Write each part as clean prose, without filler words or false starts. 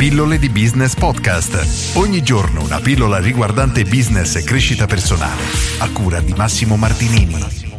Pillole di Business Podcast. Ogni giorno una pillola riguardante business e crescita personale. A cura di Massimo Martinini.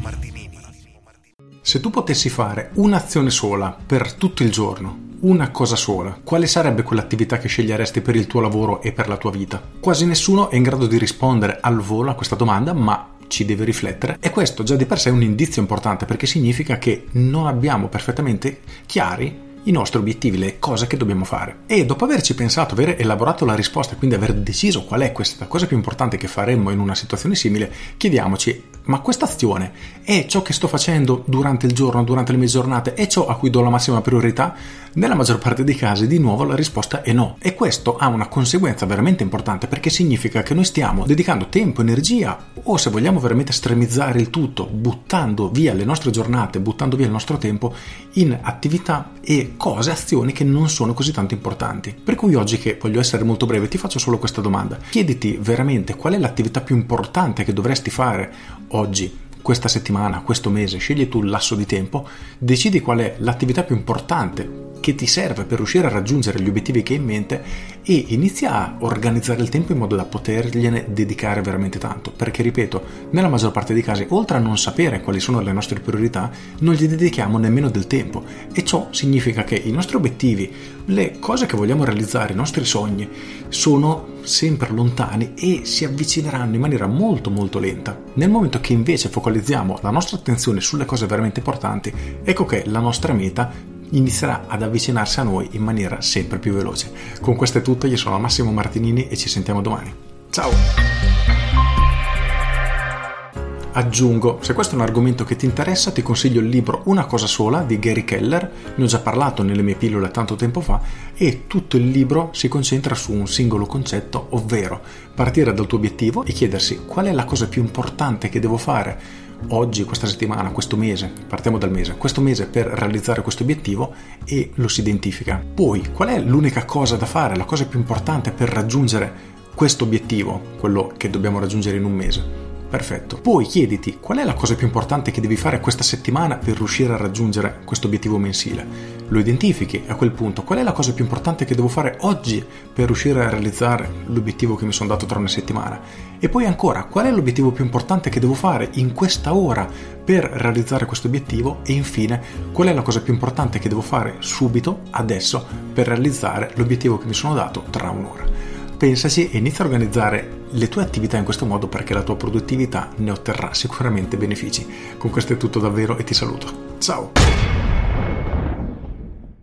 Se tu potessi fare un'azione sola per tutto il giorno, una cosa sola, quale sarebbe quell'attività che sceglieresti per il tuo lavoro e per la tua vita? Quasi nessuno è in grado di rispondere al volo a questa domanda, ma ci deve riflettere, e questo già di per sé è un indizio importante, perché significa che non abbiamo perfettamente chiari i nostri obiettivi, le cose che dobbiamo fare. E dopo averci pensato, aver elaborato la risposta e quindi aver deciso qual è questa cosa più importante che faremmo in una situazione simile, chiediamoci: ma questa azione è ciò che sto facendo durante il giorno, durante le mie giornate, è ciò a cui do la massima priorità? Nella maggior parte dei casi, di nuovo, la risposta è no. E questo ha una conseguenza veramente importante, perché significa che noi stiamo dedicando tempo, energia, o se vogliamo veramente estremizzare il tutto, buttando via le nostre giornate, buttando via il nostro tempo in attività e cose, azioni che non sono così tanto importanti. Per cui oggi, che voglio essere molto breve, ti faccio solo questa domanda: chiediti veramente qual è l'attività più importante che dovresti fare oggi, questa settimana, questo mese. Scegli tu il lasso di tempo, decidi qual è l'attività più importante che ti serve per riuscire a raggiungere gli obiettivi che hai in mente e inizia a organizzare il tempo in modo da potergliene dedicare veramente tanto, perché ripeto, nella maggior parte dei casi, oltre a non sapere quali sono le nostre priorità, non gli dedichiamo nemmeno del tempo, e ciò significa che i nostri obiettivi, le cose che vogliamo realizzare, i nostri sogni, sono sempre lontani e si avvicineranno in maniera molto molto lenta. Nel momento che invece focalizziamo la nostra attenzione sulle cose veramente importanti, ecco che la nostra meta inizierà ad avvicinarsi a noi in maniera sempre più veloce. Con questo è tutto, io sono Massimo Martinini e ci sentiamo domani. Ciao! Aggiungo, se questo è un argomento che ti interessa, ti consiglio il libro Una cosa sola di Gary Keller. Ne ho già parlato nelle mie pillole tanto tempo fa, e tutto il libro si concentra su un singolo concetto, ovvero partire dal tuo obiettivo e chiedersi: qual è la cosa più importante che devo fare oggi, questa settimana, questo mese. Partiamo dal mese, questo mese, per realizzare questo obiettivo, e lo si identifica. Poi, qual è l'unica cosa da fare, la cosa più importante per raggiungere questo obiettivo, quello che dobbiamo raggiungere in un mese? Perfetto. Poi chiediti: qual è la cosa più importante che devi fare questa settimana per riuscire a raggiungere questo obiettivo mensile? Lo identifichi, e a quel punto: qual è la cosa più importante che devo fare oggi per riuscire a realizzare l'obiettivo che mi sono dato tra una settimana? E poi ancora: qual è l'obiettivo più importante che devo fare in questa ora per realizzare questo obiettivo? E infine, qual è la cosa più importante che devo fare subito, adesso, per realizzare l'obiettivo che mi sono dato tra un'ora? Pensaci e inizia a organizzare le tue attività in questo modo, perché la tua produttività ne otterrà sicuramente benefici. Con questo è tutto davvero, e ti saluto. Ciao!